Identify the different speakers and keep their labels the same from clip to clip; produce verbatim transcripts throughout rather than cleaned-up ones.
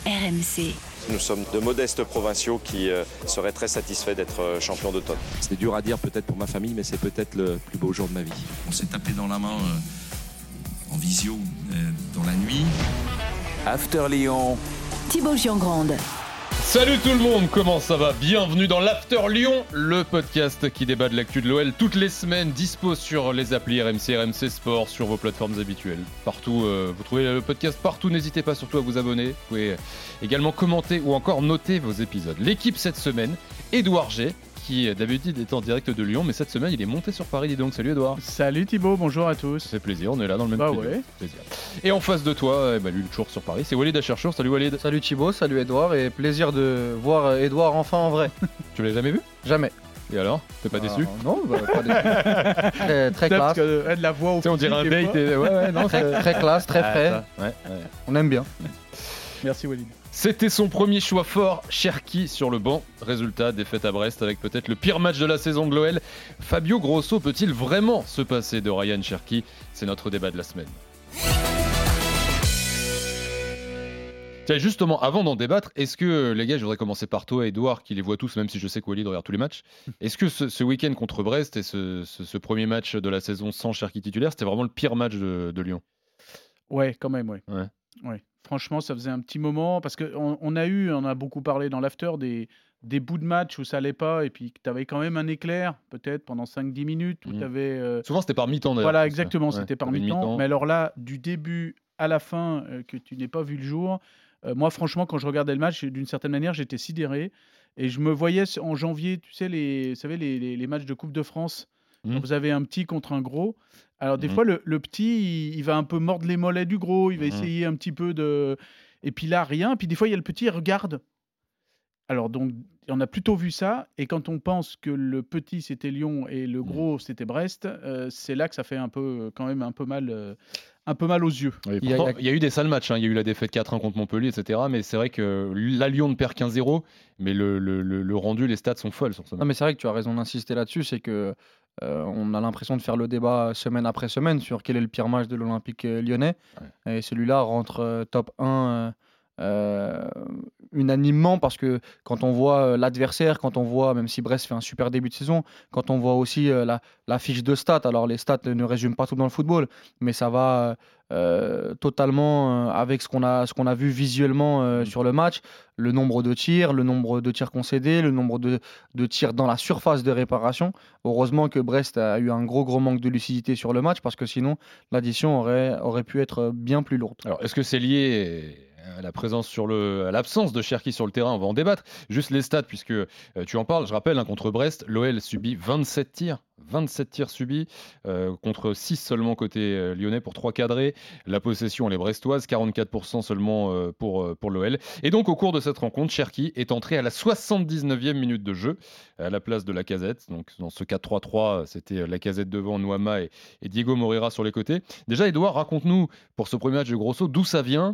Speaker 1: R M C.
Speaker 2: Nous sommes de modestes provinciaux qui euh, seraient très satisfaits d'être euh, champions d'automne.
Speaker 3: C'est dur à dire peut-être pour ma famille, mais c'est peut-être le plus beau jour de ma vie.
Speaker 4: On s'est tapé dans la main euh, en visio euh, dans la nuit.
Speaker 5: After Lyon.
Speaker 1: Thibaut Giangrande.
Speaker 6: Salut tout le monde, comment ça va ? Bienvenue dans l'After Lyon, le podcast qui débat de l'actu de l'O L toutes les semaines, dispo sur les applis R M C, R M C Sport, sur vos plateformes habituelles. Partout, euh, vous trouvez le podcast partout, n'hésitez pas surtout à vous abonner. Vous pouvez également commenter ou encore noter vos épisodes. L'équipe cette semaine, Edouard G, qui d'habitude est en direct de Lyon, mais cette semaine il est monté sur Paris, dis donc. Salut Edouard.
Speaker 7: Salut Thibaut, bonjour à tous.
Speaker 6: Ça fait plaisir, on est là dans le même
Speaker 7: bah
Speaker 6: studio.
Speaker 7: Ouais.
Speaker 6: Plaisir. Et en face de toi, eh ben, lui toujours sur Paris, c'est Walid Acharchour. Salut Walid.
Speaker 8: Salut Thibaut, salut Edouard, et plaisir de voir Edouard enfin en vrai.
Speaker 6: Tu l'as jamais vu ?
Speaker 8: Jamais.
Speaker 6: Et alors ? T'es pas
Speaker 8: Ah,
Speaker 6: déçu ?
Speaker 8: Non, bah, pas déçu. très, très classe.
Speaker 7: Parce que, euh, de la voix au
Speaker 6: Tu sais, on dirait un
Speaker 7: petit, des
Speaker 6: date.
Speaker 7: fois.
Speaker 6: Et... Ouais, ouais, non,
Speaker 8: Très,
Speaker 6: c'est-
Speaker 8: très classe, très
Speaker 6: Ah,
Speaker 8: frais.
Speaker 6: ça, ouais, ouais.
Speaker 8: On aime bien.
Speaker 7: Merci Walid.
Speaker 6: C'était son premier choix fort, Cherki sur le banc. Résultat, défaite à Brest avec peut-être le pire match de la saison de l'O L. Fabio Grosso peut-il vraiment se passer de Ryan Cherki ? C'est notre débat de la semaine. Tiens, justement, avant d'en débattre, est-ce que, les gars, je voudrais commencer par toi, Edouard, qui les voit tous, même si je sais que Walid regarde tous les matchs. Est-ce que ce, ce week-end contre Brest et ce, ce- ce premier match de la saison sans Cherki titulaire, c'était vraiment le pire match de, de Lyon ?
Speaker 7: Ouais, quand même, ouais.
Speaker 6: Ouais.
Speaker 7: Ouais. Franchement, ça faisait un petit moment parce qu'on on a eu, on a beaucoup parlé dans l'after des, des bouts de match où ça allait pas et puis que tu avais quand même un éclair, peut-être pendant cinq dix minutes où
Speaker 6: Mhm.
Speaker 7: tu avais.
Speaker 6: Souvent, c'était par mi-temps, d'ailleurs.
Speaker 7: Voilà,
Speaker 6: Ouais,
Speaker 7: exactement,
Speaker 6: ouais,
Speaker 7: c'était par
Speaker 6: t'avais une
Speaker 7: mi-temps.
Speaker 6: mi-temps.
Speaker 7: Mais alors là, du début à la fin, euh, que tu n'aies pas vu le jour, euh, moi, franchement, quand je regardais le match, d'une certaine manière, j'étais sidéré. Et je me voyais en janvier, tu sais, les, vous savez, les, les- les matchs de Coupe de France,
Speaker 6: Mhm.
Speaker 7: quand vous avez un petit contre un gros. Alors, des
Speaker 6: Mhm.
Speaker 7: fois, le, le petit, il, il va un peu mordre les mollets du gros, il va
Speaker 6: Mhm.
Speaker 7: essayer un petit peu de. Et puis là, rien. Puis des fois, il y a le petit, il regarde. Alors, donc, on a plutôt vu ça. Et quand on pense que le petit, c'était Lyon et le gros, c'était Brest, euh, c'est là que ça fait un peu, quand même un peu mal, euh, un peu mal aux yeux.
Speaker 6: Oui,
Speaker 8: Il y a-
Speaker 6: pourtant, il y, a eu des sales matchs, hein. Il y a eu la défaite quatre un contre Montpellier, et cetera. Mais c'est vrai que la Lyon ne perd qu'un zéro, mais le, le- le- le rendu, les stats sont folles sur ce match.
Speaker 8: Non, mais c'est vrai que tu as raison d'insister là-dessus, c'est que euh, on a l'impression de faire le débat semaine après semaine sur quel est le pire match de l'Olympique euh, lyonnais. Et celui-là rentre euh, top un euh, euh, unanimement parce que quand on voit euh, l'adversaire, quand on voit, même si Brest fait un super début de saison, quand on voit aussi euh, la, la fiche de stats, alors les stats ne résument pas tout dans le football, mais ça va euh, totalement euh, avec ce qu'on a, ce qu'on a vu visuellement euh, sur le match, le nombre de tirs, le nombre de tirs concédés, le nombre de, de tirs dans la surface de réparation. Heureusement que Brest a eu un gros gros manque de lucidité sur le match parce que sinon l'addition aurait, aurait pu être bien plus lourde.
Speaker 6: Alors, est-ce que c'est lié à la présence sur le, à l'absence de Cherki sur le terrain ? On va en débattre. Juste les stats, puisque euh, tu en parles. Je rappelle, hein, contre Brest, l'O L subit vingt-sept tirs. vingt-sept tirs subis, euh, contre six seulement côté euh, lyonnais pour trois cadrés. La possession, elle est brestoise, quarante-quatre pour cent seulement euh, pour, euh, pour l'O L. Et donc, au cours de cette rencontre, Cherki est entré à la soixante-dix-neuvième minute de jeu, à la place de Lacazette. Donc, dans ce quatre trois trois, c'était Lacazette devant, Nuama et, et Diego Moreira sur les côtés. Déjà, Edouard, raconte-nous, pour ce premier match de Grosso, d'où ça vient,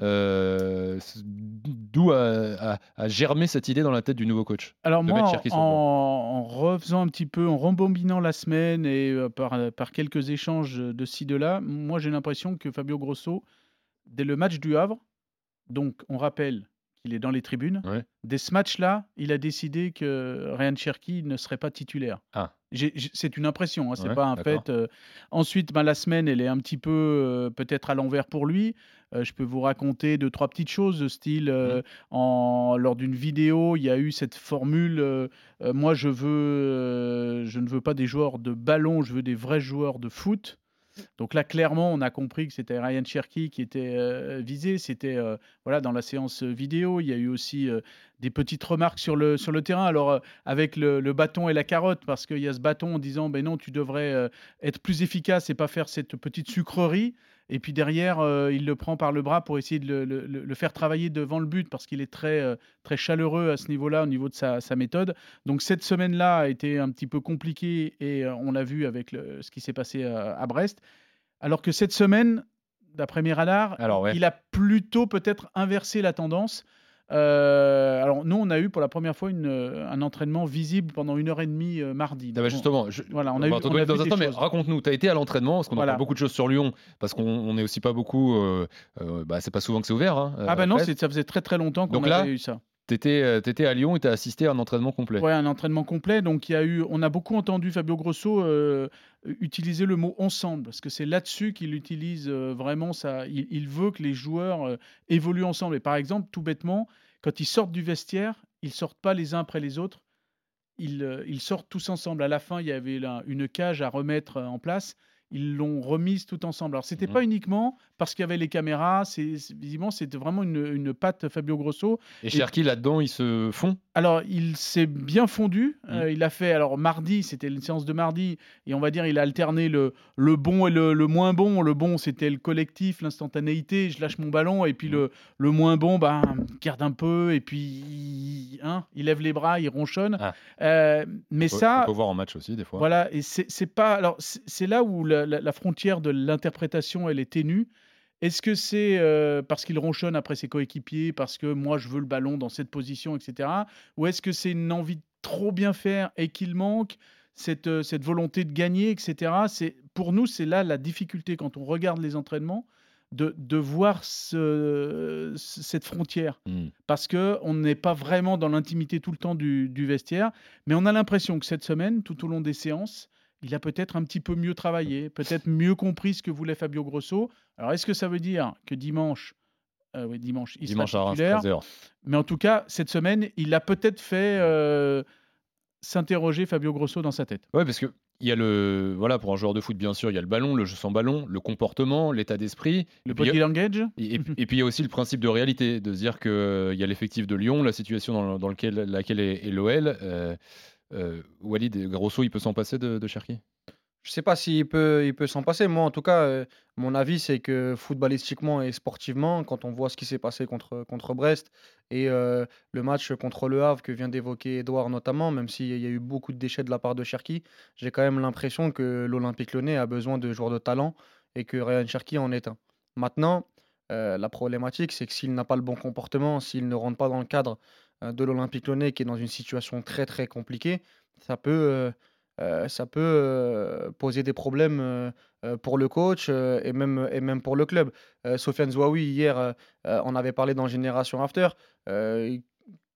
Speaker 6: euh, d'où a, a- a germé cette idée dans la tête du nouveau coach.
Speaker 7: Alors
Speaker 6: de
Speaker 7: moi,
Speaker 6: mettre
Speaker 7: en,
Speaker 6: Cherki sur le banc.
Speaker 7: en refaisant un petit peu, en rembobinant la semaine et euh, par, par quelques échanges de ci, de là, moi j'ai l'impression que Fabio Grosso, dès le match du Havre, donc on rappelle qu'il est dans les tribunes,
Speaker 6: Ouais.
Speaker 7: dès ce match-là, il a décidé que Ryan Cherki ne serait pas titulaire.
Speaker 6: Ah.
Speaker 7: J'ai- j'ai- c'est une impression, hein, c'est
Speaker 6: Ouais,
Speaker 7: pas un
Speaker 6: d'accord.
Speaker 7: fait. euh. Ensuite, ben, la semaine, elle est un petit peu euh, peut-être à l'envers pour lui. Euh, je peux vous raconter deux, trois petites choses, de style, euh, en, lors d'une vidéo, il y a eu cette formule, euh, euh, moi je veux, euh, je ne veux pas des joueurs de ballon, je veux des vrais joueurs de foot. Donc là, clairement, on a compris que c'était Ryan Cherki qui était euh, visé. C'était euh, voilà, dans la séance vidéo. Il y a eu aussi euh, des petites remarques sur le, sur le terrain. Alors, euh, avec le, le bâton et la carotte, parce qu'il y a ce bâton en disant ben non, tu devrais euh, être plus efficace et pas faire cette petite sucrerie. Et puis derrière, euh, il le prend par le bras pour essayer de le, le- le- le faire travailler devant le but parce qu'il est très, euh, très chaleureux à ce niveau-là, au niveau de sa, sa méthode. Donc cette semaine-là a été un petit peu compliquée et euh, on l'a vu avec le- ce qui s'est passé à, à Brest. Alors que cette semaine, d'après mes radars,
Speaker 6: Alors, ouais.
Speaker 7: il a plutôt peut-être inversé la tendance. Euh, alors, nous, on a eu pour la première fois une, euh, un entraînement visible pendant une heure et demie euh, mardi.
Speaker 6: Ah bah
Speaker 7: Donc,
Speaker 6: justement, je-
Speaker 7: on, voilà, on
Speaker 6: on
Speaker 7: a eu,
Speaker 6: va te
Speaker 7: on a
Speaker 6: remettre
Speaker 7: vu
Speaker 6: dans un
Speaker 7: des
Speaker 6: temps, mais
Speaker 7: choses.
Speaker 6: raconte-nous, tu as été à l'entraînement, parce qu'on
Speaker 7: Voilà.
Speaker 6: entend beaucoup de choses sur Lyon, parce qu'on on est aussi pas beaucoup, euh, euh, bah, c'est pas souvent que c'est ouvert. Hein,
Speaker 7: Ah
Speaker 6: euh,
Speaker 7: bah non,
Speaker 6: Brest.
Speaker 7: c'est- ça faisait très très longtemps qu'on
Speaker 6: Donc
Speaker 7: avait
Speaker 6: là,
Speaker 7: eu ça.
Speaker 6: T'étais euh, t'étais à Lyon et t'as assisté à un entraînement complet.
Speaker 7: Ouais, un entraînement complet. Donc, il y a eu, on a beaucoup entendu Fabio Grosso euh, utiliser le mot ensemble, parce que c'est là-dessus qu'il utilise euh, vraiment ça. Il, il veut que les joueurs euh, évoluent ensemble. Et par exemple, tout bêtement, quand ils sortent du vestiaire, ils sortent pas les uns après les autres. Ils, euh, ils sortent tous ensemble. À la fin, il y avait là, une cage à remettre euh, en place. Ils l'ont remise tout ensemble. Alors, c'était
Speaker 6: Mhm.
Speaker 7: pas uniquement parce qu'il y avait les caméras. C'est, c'est- visiblement, c'était vraiment une, une patte Fabio Grosso.
Speaker 6: Et Cherki, là-dedans, ils se font.
Speaker 7: Alors, il s'est bien fondu.
Speaker 6: Mmh.
Speaker 7: Euh, il a fait, alors mardi, c'était une séance de mardi, et on va dire, il a alterné le, le bon et le, le moins bon. Le bon, c'était le collectif, l'instantanéité, je lâche mon ballon, et puis
Speaker 6: Mmh.
Speaker 7: le, le moins bon, bah, garde un peu, et puis il, hein, il lève les bras, il ronchonne.
Speaker 6: Ah.
Speaker 7: Euh, mais
Speaker 6: On peut-
Speaker 7: ça,
Speaker 6: on peut voir en match aussi, des fois.
Speaker 7: voilà, et c'est c'est pas. Alors, c'est c'est là où la, la- la frontière de l'interprétation, elle est ténue. Est-ce que c'est euh, parce qu'il ronchonne après ses coéquipiers, parce que moi je veux le ballon dans cette position, et cetera. Ou est-ce que c'est une envie de trop bien faire et qu'il manque cette, euh, cette volonté de gagner, et cetera. C'est, pour nous, c'est là la difficulté quand on regarde les entraînements, de, de voir ce- cette frontière.
Speaker 6: Mmh.
Speaker 7: Parce qu'on n'est pas vraiment dans l'intimité tout le temps du, du vestiaire, mais on a l'impression que cette semaine, tout au long des séances, il a peut-être un petit peu mieux travaillé, peut-être mieux compris ce que voulait Fabio Grosso. Alors, est-ce que ça veut dire que dimanche, euh, oui, dimanche, il
Speaker 6: Dimanche
Speaker 7: sera
Speaker 6: à Reims,
Speaker 7: titulaire?
Speaker 6: treize heures.
Speaker 7: Mais en tout cas, cette semaine, il a peut-être fait euh, s'interroger Fabio Grosso dans sa tête.
Speaker 6: Ouais, parce que il y a le voilà pour un joueur de foot, bien sûr, il y a le ballon, le jeu sans ballon, le comportement, l'état d'esprit.
Speaker 7: Le
Speaker 6: Et puis, il y a-
Speaker 7: body language.
Speaker 6: Et, et- et puis il y a aussi le principe de réalité, de se dire qu'il y a l'effectif de Lyon, la situation dans, dans lequel, laquelle est, est l'O L. Euh, euh, Walid, Grosso, il peut s'en passer de, de Cherki?
Speaker 8: Je sais pas s'il peut, il peut s'en passer. Moi, en tout cas, euh, mon avis, c'est que footballistiquement et sportivement, quand on voit ce qui s'est passé contre, contre Brest et euh, le match contre Le Havre que vient d'évoquer Edouard notamment, même s'il y a eu beaucoup de déchets de la part de Cherki, j'ai quand même l'impression que l'Olympique Lyonnais a besoin de joueurs de talent et que Ryan Cherki en est un. Maintenant, euh, la problématique, c'est que s'il n'a pas le bon comportement, s'il ne rentre pas dans le cadre euh, de l'Olympique Lyonnais qui est dans une situation très très compliquée, ça peut... euh, euh, ça peut euh, poser des problèmes euh, euh, pour le coach euh, et, même, et même pour le club. Euh, Sofiane Zouaoui, hier, euh, euh, on avait parlé dans Génération After. euh, il-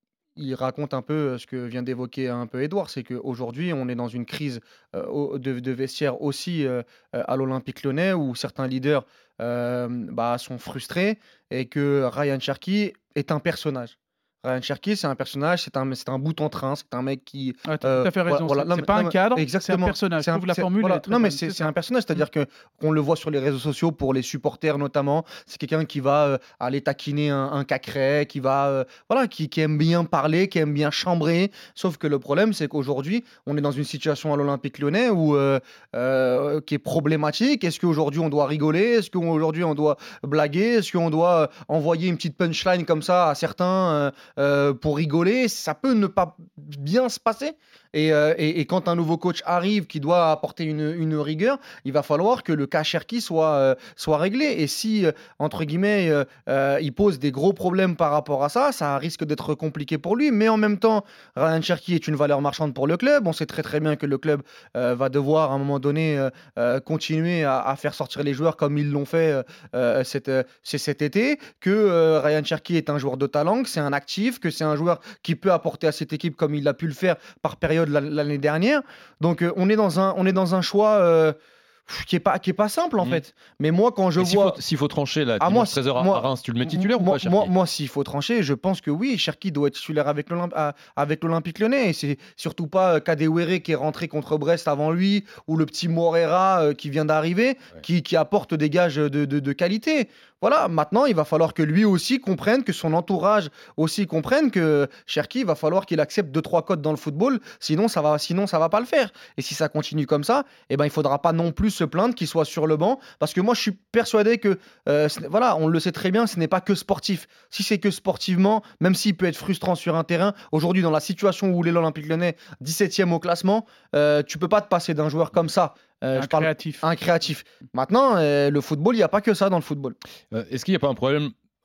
Speaker 8: il raconte un peu euh, ce que vient d'évoquer un peu Edouard, c'est qu'aujourd'hui, on est dans une crise euh, au- de, de vestiaire aussi euh, euh, à l'Olympique Lyonnais où certains leaders euh, bah, sont frustrés et que Ryan Cherki est un personnage. Ryan Cherki, c'est un personnage, c'est un, c'est un bout en train, c'est un mec qui.
Speaker 7: Ah, tu as
Speaker 8: euh,
Speaker 7: tout à fait
Speaker 8: voilà,
Speaker 7: raison.
Speaker 8: voilà.
Speaker 7: c'est
Speaker 8: Non,
Speaker 7: c'est
Speaker 8: mais-
Speaker 7: pas
Speaker 8: non,
Speaker 7: un
Speaker 8: mais-
Speaker 7: cadre, c'est un
Speaker 8: exactement.
Speaker 7: personnage.
Speaker 8: C'est
Speaker 7: Je
Speaker 8: un-
Speaker 7: trouve la
Speaker 8: c'est-
Speaker 7: formule.
Speaker 8: voilà.
Speaker 7: elle est très
Speaker 8: Non, mais
Speaker 7: bonne,
Speaker 8: c'est
Speaker 7: c'est
Speaker 8: c'est
Speaker 7: ça.
Speaker 8: un personnage, c'est-à-dire que qu'on le voit sur les réseaux sociaux pour les supporters notamment. C'est quelqu'un qui va euh, aller taquiner un, un Cacré, qui va, euh, voilà, qui, qui aime bien parler, qui aime bien chambrer. Sauf que le problème, c'est qu'aujourd'hui, on est dans une situation à l'Olympique Lyonnais où euh, euh, qui est problématique. Est-ce qu'aujourd'hui on doit rigoler? Est-ce qu'aujourd'hui on doit blaguer? Est-ce qu'on doit euh, envoyer une petite punchline comme ça à certains euh, euh, pour rigoler? Ça peut ne pas bien se passer. Et, euh, et- et quand un nouveau coach arrive qui doit apporter une, une rigueur, il va falloir que le cas Cherki soit, euh, soit réglé. Et si, euh, entre guillemets, euh, euh, il pose des gros problèmes par rapport à ça, ça risque d'être compliqué pour lui. Mais en même temps, Ryan Cherki est une valeur marchande pour le club. On sait très très bien que le club euh, va devoir à un moment donné euh, euh, continuer à, à faire sortir les joueurs comme ils l'ont fait euh, euh, cet, euh, c'est cet été, que euh, Ryan Cherki est un joueur de talent, que c'est un actif, que c'est un joueur qui peut apporter à cette équipe comme il a pu le faire par période la- l'année dernière. Donc euh, on est dans un on est dans un choix euh, pff, qui est pas qui est pas simple en
Speaker 6: Mhm.
Speaker 8: fait. Mais moi quand je
Speaker 6: Et s'il
Speaker 8: vois
Speaker 6: faut, s'il faut trancher là,
Speaker 8: Ah,
Speaker 6: dimanche
Speaker 8: moi,
Speaker 6: treize heures à,
Speaker 8: moi-
Speaker 6: à Reims, tu le mets titulaire ou
Speaker 8: moi,
Speaker 6: pas, Cherki?
Speaker 8: moi, moi, s'il faut trancher, je pense que oui, Cherki doit être titulaire avec l'Olymp- à- avec l'Olympique Lyonnais. Et c'est surtout pas euh, Kadewere qui est rentré contre Brest avant lui ou le petit Morera euh, qui vient d'arriver,
Speaker 6: Ouais.
Speaker 8: qui, qui apporte des gages de, de- de qualité. Voilà, maintenant, il va falloir que lui aussi comprenne, que son entourage aussi comprenne que Cherki, il va falloir qu'il accepte deux, trois codes dans le football, sinon ça va, sinon ça va pas le faire. Et si ça continue comme ça, eh ben, il faudra pas non plus se plaindre qu'il soit sur le banc, parce que moi, je suis persuadé que, euh, ce n'est- voilà, on le sait très bien, ce n'est pas que sportif. Si c'est que sportivement, même s'il peut être frustrant sur un terrain, aujourd'hui, dans la situation où est l'Olympique Lyonnais, dix-septième au classement, euh, tu peux pas te passer d'un joueur comme ça. Euh,
Speaker 7: Un
Speaker 8: je parle
Speaker 7: créatif.
Speaker 8: un créatif. Maintenant, euh, le football, il n'y a pas que ça dans le football.
Speaker 6: Euh, Est-ce qu'il n'y a pas un problème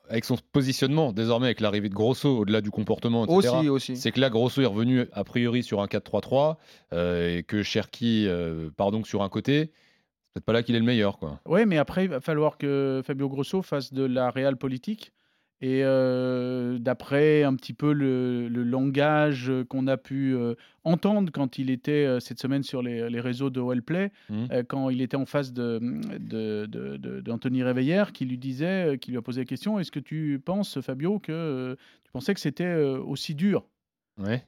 Speaker 6: avec son positionnement, désormais avec l'arrivée de Grosso, au-delà du comportement, et cetera,
Speaker 8: Aussi, aussi.
Speaker 6: c'est que là, Grosso est revenu a priori sur un quatre trois trois euh, et que Cherki euh, part donc sur un côté. C'est peut-être pas là qu'il est le meilleur, quoi.
Speaker 7: Oui, mais après, il va falloir que Fabio Grosso fasse de la réelle politique. Et euh, d'après un petit peu le, le langage qu'on a pu euh, entendre quand il était euh, cette semaine sur les, les réseaux de O L Play,
Speaker 6: Mhm.
Speaker 7: euh, quand il était en face de, de, de- de- d'Anthony Réveillère, qui lui disait, euh, qui lui a posé la question, est-ce que tu penses, Fabio, que euh, tu pensais que c'était euh, aussi dur?
Speaker 6: Ouais.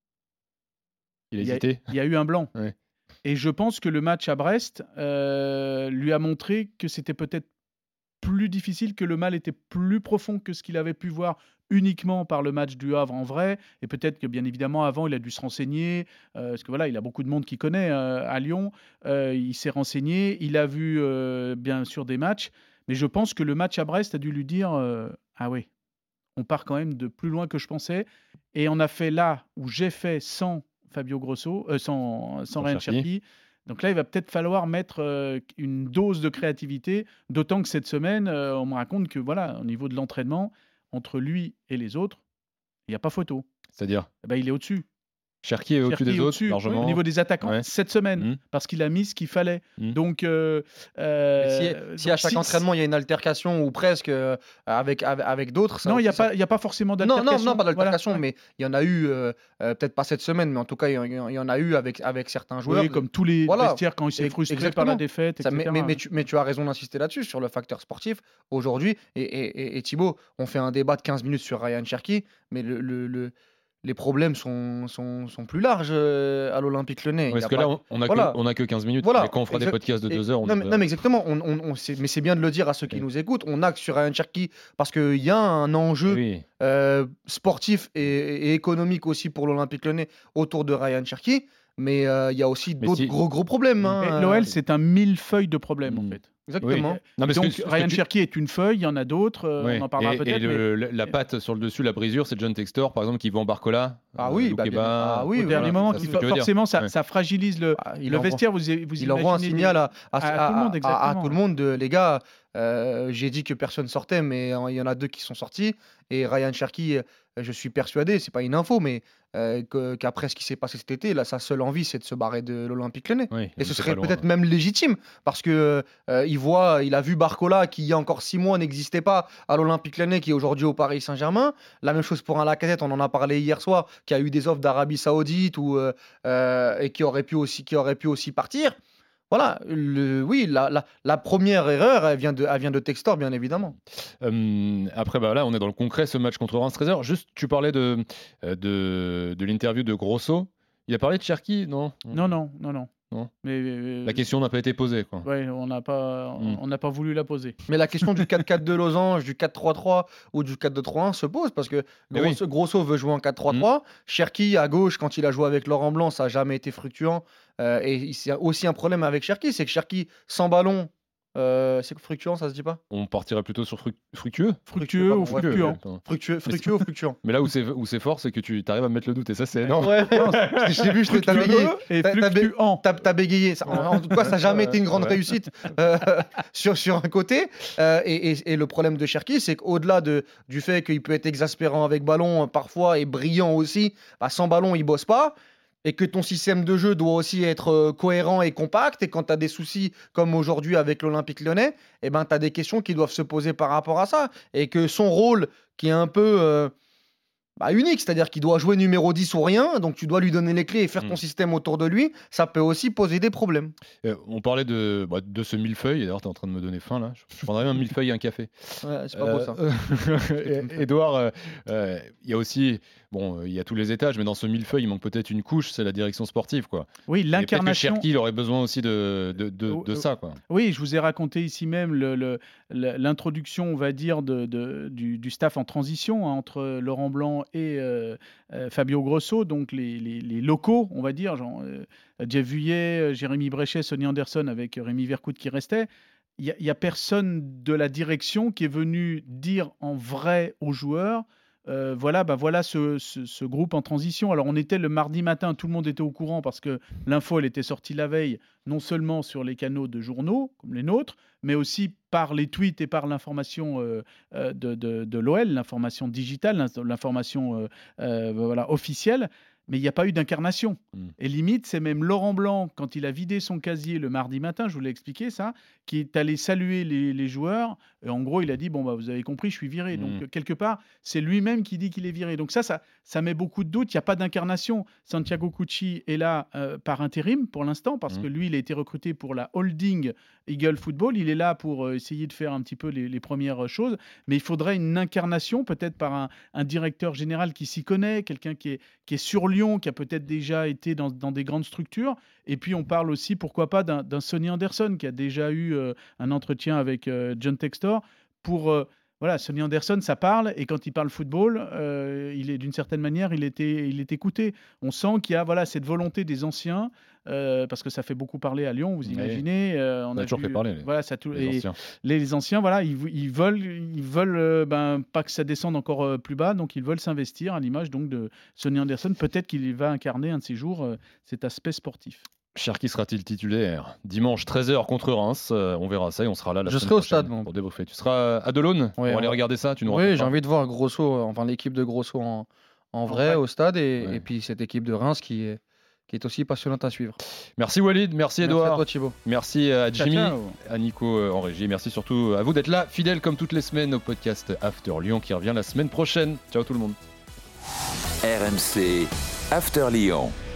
Speaker 6: Il a
Speaker 7: Il y a,
Speaker 6: hésité.
Speaker 7: il y a eu un blanc.
Speaker 6: Ouais.
Speaker 7: Et je pense que le match à Brest euh, lui a montré que c'était peut-être plus difficile, que le mal était plus profond que ce qu'il avait pu voir uniquement par le match du Havre en vrai. Et peut-être que, bien évidemment, avant, il a dû se renseigner. euh, parce que voilà, il a beaucoup de monde qui connaît euh, à Lyon. Euh, il s'est renseigné. Il a vu, euh, bien sûr, des matchs. Mais je pense que le match à Brest a dû lui dire euh, ah oui, on part quand même de plus loin que je pensais. Et on a fait là où j'ai fait sans Fabio Grosso, euh, sans, sans
Speaker 6: Sans
Speaker 7: Ryan
Speaker 6: Cherki.
Speaker 7: Cherki. Donc là, il va peut-être falloir mettre euh, une dose de créativité, d'autant que cette semaine, euh, on me raconte que voilà, au niveau de l'entraînement, entre lui et les autres, il n'y a pas photo.
Speaker 6: C'est-à-dire,
Speaker 7: Eh ben, il est au-dessus.
Speaker 6: Cherki est au-dessus
Speaker 7: Cherki
Speaker 6: des
Speaker 7: est
Speaker 6: autres,
Speaker 7: au-dessus, oui,
Speaker 6: largement.
Speaker 7: au niveau des attaquants,
Speaker 6: Ouais.
Speaker 7: cette semaine,
Speaker 6: Mhm.
Speaker 7: parce qu'il a mis ce qu'il fallait.
Speaker 6: Mhm.
Speaker 7: Donc, euh,
Speaker 8: Mais
Speaker 7: euh,
Speaker 8: si, si à
Speaker 7: donc,
Speaker 8: chaque
Speaker 7: si-
Speaker 8: entraînement il y a une altercation ou presque euh, avec, avec, avec d'autres, ça
Speaker 7: non, il n'y a,
Speaker 8: aussi, ça-
Speaker 7: pas- il y a pas forcément
Speaker 8: Non,
Speaker 7: d'altercation.
Speaker 8: non, non, pas
Speaker 7: Voilà,
Speaker 8: d'altercation,
Speaker 7: ouais.
Speaker 8: mais il y en a eu, euh, euh, peut-être pas cette semaine, mais en tout cas, il y en, il y en- il y en a eu avec, avec certains joueurs.
Speaker 7: Oui, comme tous les
Speaker 8: Voilà.
Speaker 7: vestiaires quand ils sont
Speaker 8: Ex-
Speaker 7: frustrés par
Speaker 8: exactement.
Speaker 7: la défaite,
Speaker 8: Ça, mais,
Speaker 7: et cetera.
Speaker 8: mais, mais tu, mais tu as raison d'insister là-dessus, sur le facteur sportif. Aujourd'hui, et, et, et- et Thibaut, on fait un débat de quinze minutes sur Ryan Cherki, mais le, le- le- les problèmes sont, sont, sont plus larges euh, à l'Olympique Lyonnais. Il y
Speaker 6: Parce
Speaker 8: a
Speaker 6: que
Speaker 8: pas-
Speaker 6: là, on- on a,
Speaker 8: Voilà.
Speaker 6: que, on a que quinze minutes.
Speaker 8: Voilà,
Speaker 6: Mais quand on fera des
Speaker 8: exact-
Speaker 6: podcasts de
Speaker 8: et-
Speaker 6: deux heures, on
Speaker 8: non,
Speaker 6: y
Speaker 8: mais,
Speaker 6: va.
Speaker 8: non, mais exactement. On, on- on sait- mais c'est bien de le dire à ceux qui
Speaker 6: Oui.
Speaker 8: nous écoutent. On axe sur Ryan Cherki parce qu'il y a un enjeu
Speaker 6: Oui.
Speaker 8: euh, sportif et, et économique aussi pour l'Olympique Lyonnais autour de Ryan Cherki. Mais euh, il y a aussi
Speaker 6: Mais
Speaker 8: d'autres
Speaker 6: si-
Speaker 8: gros gros problèmes. hein,
Speaker 7: Et l'O L,
Speaker 8: euh,
Speaker 7: c'est un millefeuille de problèmes, en
Speaker 6: Mm.
Speaker 7: fait.
Speaker 8: Exactement.
Speaker 6: Oui. Non, mais ce
Speaker 7: Donc,
Speaker 6: que- ce que
Speaker 7: Ryan
Speaker 6: tu-
Speaker 7: Cherki est une feuille, il y en a d'autres, euh,
Speaker 6: Ouais.
Speaker 7: on en parlera
Speaker 6: et,
Speaker 7: peut-être.
Speaker 6: et le-
Speaker 7: mais
Speaker 6: le- la patte sur le dessus, la brisure, c'est John Textor, par exemple, qui vend Barcola.
Speaker 8: Ah
Speaker 6: euh,
Speaker 8: oui,
Speaker 6: Lou
Speaker 8: bah, bien-
Speaker 6: Keba,
Speaker 8: ah oui,
Speaker 7: au
Speaker 8: oui,
Speaker 7: dernier
Speaker 6: voilà,
Speaker 7: moment,
Speaker 6: ça,
Speaker 7: qui
Speaker 6: c'est ce que je veux dire.
Speaker 7: forcément, ça,
Speaker 6: Ouais.
Speaker 7: ça fragilise le,
Speaker 8: Ah, il
Speaker 7: le
Speaker 8: envoie-
Speaker 7: vestiaire. Vous, vous
Speaker 8: Il envoie un
Speaker 7: imaginez
Speaker 8: signal
Speaker 7: des-
Speaker 8: à, à,
Speaker 7: à tout le monde,
Speaker 8: à- à- à
Speaker 7: exactement.
Speaker 8: tout le monde de les gars. euh, J'ai dit que personne sortait, mais euh, il y en a deux qui sont sortis. Et Ryan Cherki, euh, je suis persuadé, c'est pas une info, mais euh, que- qu'après ce qui s'est passé cet été, là, sa seule envie, c'est de se barrer de l'Olympique Lyonnais.
Speaker 6: Oui,
Speaker 8: Et ce
Speaker 6: c'est
Speaker 8: serait
Speaker 6: pas loin,
Speaker 8: peut-être
Speaker 6: ouais.
Speaker 8: même légitime parce que euh, il voit, il a vu Barcola qui il y a encore six mois n'existait pas à l'Olympique Lyonnais, qui est aujourd'hui au Paris Saint-Germain. La même chose pour un Lacazette, on en a parlé hier soir, qui a eu des offres d'Arabie Saoudite ou euh, euh, et qui aurait pu aussi, qui aurait pu aussi partir. Voilà, le, oui, la, la, la première erreur, elle vient de, elle vient de Textor, bien évidemment.
Speaker 6: Euh, après, bah, là, on est dans le concret, ce match contre Reims treize heures. Juste, tu parlais de, euh, de, de l'interview de Grosso. Il a parlé de Cherki, non
Speaker 7: Non, non, non, non.
Speaker 6: Non.
Speaker 7: Mais, euh,
Speaker 6: La question n'a pas été posée, quoi.
Speaker 7: ouais, on n'a pas,
Speaker 6: Mm.
Speaker 7: on n'a pas voulu la poser.
Speaker 8: Mais la question du quatre quatre de Losange, du quatre trois trois ou du quatre deux trois un se pose parce que
Speaker 6: Mais
Speaker 8: Grosso, Grosso veut jouer en quatre trois trois. Cherki à gauche, quand il a joué avec Laurent Blanc, ça n'a jamais été fructueux. Euh, et c'est aussi un problème avec Cherki, c'est que Cherki, sans ballon, euh, c'est fructueux, ça se dit pas
Speaker 6: On partirait plutôt sur fruc- fructueux.
Speaker 7: Fructueux
Speaker 8: pardon,
Speaker 7: ou
Speaker 8: ouais,
Speaker 7: fructueux.
Speaker 6: ouais, pardon.
Speaker 8: Fructueux, fructueux ou fructueux
Speaker 6: Mais là où c'est où c'est fort, c'est que tu arrives à me mettre le doute, et ça, c'est énorme.
Speaker 8: Ouais, non, j'ai vu, je t'ai t'as bégayé.
Speaker 7: et
Speaker 8: T'as- t'as bé-
Speaker 7: fluctuant.
Speaker 8: T'as t'as bégayé. Ça- en, en tout cas, ça n'a jamais été une grande
Speaker 6: Ouais.
Speaker 8: réussite euh, sur, sur un côté. Euh, et, et- et le problème de Cherki, c'est qu'au-delà de, du fait qu'il peut être exaspérant avec ballon euh, parfois et brillant aussi, bah, sans ballon, il bosse pas. Et que ton système de jeu doit aussi être euh, cohérent et compact. Et quand tu as des soucis comme aujourd'hui avec l'Olympique Lyonnais, eh ben, tu as des questions qui doivent se poser par rapport à ça. Et que son rôle, qui est un peu euh, bah, unique, c'est-à-dire qu'il doit jouer numéro dix ou rien, donc tu dois lui donner les clés et faire ton
Speaker 6: Mm.
Speaker 8: système autour de lui, ça peut aussi poser des problèmes.
Speaker 6: Euh, on parlait de, bah, de ce millefeuille, et d'ailleurs, tu es en train de me donner faim, là. Je, je prendrais un millefeuille et un café.
Speaker 8: Ouais, c'est pas beau ça.
Speaker 6: Euh, et- Edouard, euh, euh, il y a aussi, bon, euh, il y a tous les étages, mais dans ce millefeuille, il manque peut-être une couche, c'est la direction sportive, quoi.
Speaker 7: Oui,
Speaker 6: Et peut-être que
Speaker 7: l'incarnation.
Speaker 6: Cherki, il aurait besoin aussi de, de, de,
Speaker 7: Oh,
Speaker 6: de
Speaker 7: oh.
Speaker 6: ça, quoi.
Speaker 7: Oui, je vous ai raconté ici même le- le- le- l'introduction, on va dire, de, de- du, du staff en transition hein, entre Laurent Blanc et euh, euh, Fabio Grosso, donc les, les- les locaux, on va dire, genre euh, Jeff Vuillet, euh, Jérémy Bréchet, Sonny Anderson avec Rémi Vercoute qui restait. Il n'y a, personne de la direction qui est venu dire en vrai aux joueurs euh, voilà, bah voilà ce, ce- ce groupe en transition. Alors on était le mardi matin, tout le monde était au courant parce que l'info elle était sortie la veille, non seulement sur les canaux de journaux comme les nôtres, mais aussi par les tweets et par l'information euh, euh, de, de, de l'O L, l'information digitale, l'in- l'information euh, euh, voilà, officielle. Mais il n'y a pas eu d'incarnation.
Speaker 6: Mm.
Speaker 7: Et limite, c'est même Laurent Blanc, quand il a vidé son casier le mardi matin, je vous l'ai expliqué ça, qui est allé saluer les, les joueurs. Et en gros, il a dit, bon, bah, vous avez compris, je suis viré.
Speaker 6: Mm.
Speaker 7: Donc, euh, quelque part, c'est lui-même qui dit qu'il est viré. Donc ça, ça, ça met beaucoup de doutes. Il n'y a pas d'incarnation. Santiago Cucci est là euh, par intérim pour l'instant, parce
Speaker 6: Mm.
Speaker 7: que lui, il a été recruté pour la holding Eagle Football. Il est là pour euh, essayer de faire un petit peu les, les premières choses. Mais il faudrait une incarnation, peut-être par un, un directeur général qui s'y connaît, quelqu'un qui est, qui est sur Lyon, qui a peut-être déjà été dans, dans des grandes structures. Et puis, on parle aussi, pourquoi pas, d'un d'un Sonny Anderson qui a déjà eu euh, un entretien avec euh, John Textor pour... euh, voilà, Sonny Anderson, ça parle, et quand il parle football, euh, il est d'une certaine manière, il était, il est écouté. On sent qu'il y a voilà cette volonté des anciens, euh, parce que ça fait beaucoup parler à Lyon, vous
Speaker 6: Oui.
Speaker 7: imaginez. euh, on
Speaker 6: Ça a toujours
Speaker 7: vu,
Speaker 6: fait parler, les-
Speaker 7: Voilà, ça tout,
Speaker 6: Les
Speaker 7: et
Speaker 6: anciens.
Speaker 7: les, les anciens, voilà, ils, vou- ils veulent, ils veulent, euh, ben, pas que ça descende encore euh, plus bas, donc ils veulent s'investir à l'image donc de Sonny Anderson. Peut-être qu'il va incarner un de ces jours euh, cet aspect sportif.
Speaker 6: Cherki sera-t-il titulaire dimanche treize heures contre Reims? Euh, On verra ça et on sera là la
Speaker 8: Je
Speaker 6: semaine
Speaker 8: serai au
Speaker 6: prochaine
Speaker 8: stade, moi.
Speaker 6: pour débriefer. Tu seras à Delaune
Speaker 8: Ouais,
Speaker 6: pour aller
Speaker 8: on-
Speaker 6: regarder ça? Tu nous
Speaker 8: Oui, j'ai
Speaker 6: raconteras.
Speaker 8: envie de voir Grosso, euh, enfin l'équipe de Grosso en, en vrai
Speaker 7: vrai.
Speaker 8: au stade et,
Speaker 6: Ouais.
Speaker 8: et puis cette équipe de Reims qui est, qui est aussi passionnante à suivre.
Speaker 6: Merci Walid, merci
Speaker 8: Merci à
Speaker 6: Edouard,
Speaker 8: toi Thibaut.
Speaker 6: merci à
Speaker 7: Ciao,
Speaker 6: Jimmy,
Speaker 7: ciao.
Speaker 6: à Nico euh, en régie. Merci surtout à vous d'être là, fidèles comme toutes les semaines au podcast After Lyon qui revient la semaine prochaine. Ciao tout le monde.
Speaker 5: R M C After Lyon.